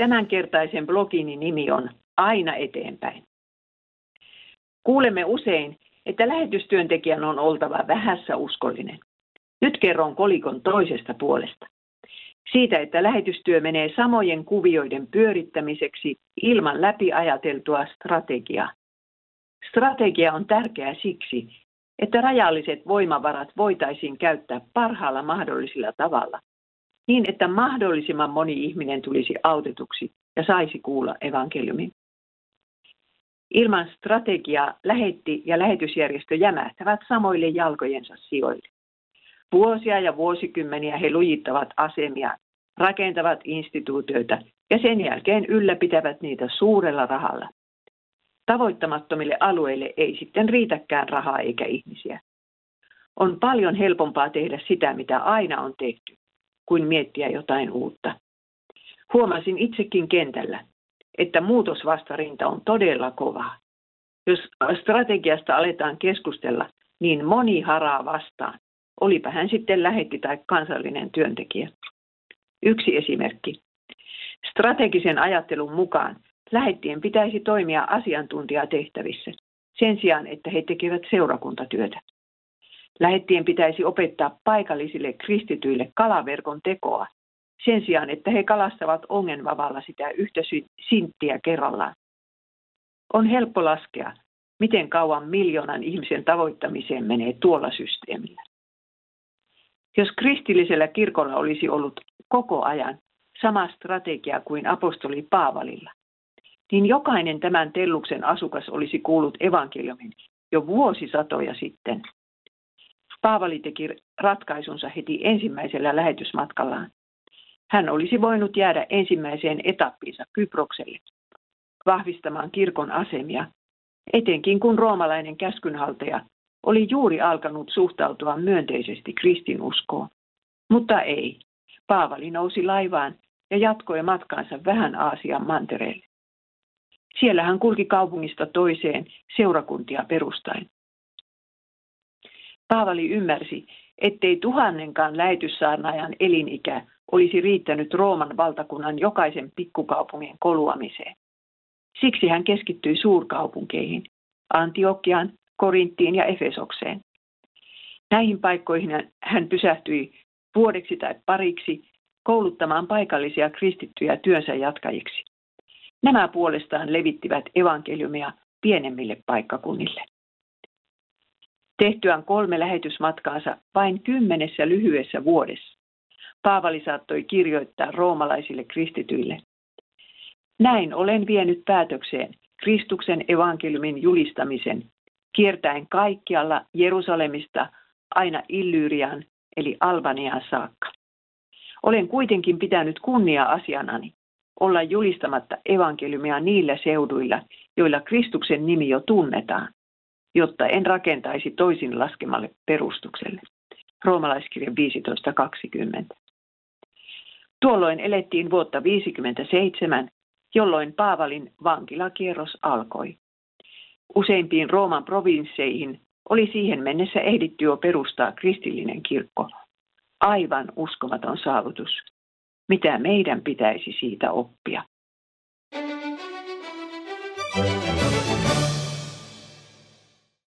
Tämänkertaisen blogini nimi on Aina eteenpäin. Kuulemme usein, että lähetystyöntekijän on oltava vähässä uskollinen. Nyt kerron kolikon toisesta puolesta. Siitä, että lähetystyö menee samojen kuvioiden pyörittämiseksi ilman läpiajateltua strategiaa. Strategia on tärkeä siksi, että rajalliset voimavarat voitaisiin käyttää parhaalla mahdollisella tavalla, niin että mahdollisimman moni ihminen tulisi autetuksi ja saisi kuulla evankeliumin. Ilman strategiaa lähetti ja lähetysjärjestö jämähtävät samoille jalkojensa sijoille. Vuosia ja vuosikymmeniä he lujittavat asemia, rakentavat instituutioita ja sen jälkeen ylläpitävät niitä suurella rahalla. Tavoittamattomille alueille ei sitten riitäkään rahaa eikä ihmisiä. On paljon helpompaa tehdä sitä, mitä aina on tehty, kuin miettiä jotain uutta. Huomasin itsekin kentällä, että muutosvastarinta on todella kova. Jos strategiasta aletaan keskustella, niin moni haraa vastaan. Olipa hän sitten lähetti tai kansallinen työntekijä. Yksi esimerkki. Strategisen ajattelun mukaan lähettien pitäisi toimia asiantuntijatehtävissä sen sijaan, että he tekevät seurakuntatyötä. Lähettien pitäisi opettaa paikallisille kristityille kalaverkon tekoa sen sijaan, että he kalastavat ongenvavalla sitä yhtä sinttiä kerrallaan. On helppo laskea, miten kauan 1 miljoonan ihmisen tavoittamiseen menee tuolla systeemillä. Jos kristillisellä kirkolla olisi ollut koko ajan sama strategia kuin apostoli Paavalilla, niin jokainen tämän telluksen asukas olisi kuullut evankeliumin jo vuosisatoja sitten. Paavali teki ratkaisunsa heti ensimmäisellä lähetysmatkallaan. Hän olisi voinut jäädä ensimmäiseen etappiinsa Kyprokselle, vahvistamaan kirkon asemia, etenkin kun roomalainen käskynhaltija oli juuri alkanut suhtautua myönteisesti kristinuskoon. Mutta ei. Paavali nousi laivaan ja jatkoi matkaansa vähän Aasian mantereelle. Siellä hän kulki kaupungista toiseen seurakuntia perustaen. Paavali ymmärsi, ettei 1000 lähetyssaarnaajan elinikä olisi riittänyt Rooman valtakunnan jokaisen pikkukaupungin koluamiseen. Siksi hän keskittyi suurkaupunkeihin, Antiokiaan, Korinttiin ja Efesokseen. Näihin paikkoihin hän pysähtyi vuodeksi tai pariksi kouluttamaan paikallisia kristittyjä työnsä jatkajiksi. Nämä puolestaan levittivät evankeliumia pienemmille paikkakunnille. Tehtyään 3 lähetysmatkaansa vain 10 lyhyessä vuodessa, Paavali saattoi kirjoittaa roomalaisille kristityille: näin olen vienyt päätökseen Kristuksen evankeliumin julistamisen, kiertäen kaikkialla Jerusalemista aina Illyriaan eli Albaniaan saakka. Olen kuitenkin pitänyt kunnia-asianani olla julistamatta evankeliumia niillä seuduilla, joilla Kristuksen nimi jo tunnetaan, jotta en rakentaisi toisin laskemalle perustukselle. Roomalaiskirja 15:20. Tuolloin elettiin vuotta 57, jolloin Paavalin vankilakierros alkoi. Useimpiin Rooman provinsseihin oli siihen mennessä ehditty jo perustaa kristillinen kirkko. Aivan uskomaton saavutus. Mitä meidän pitäisi siitä oppia?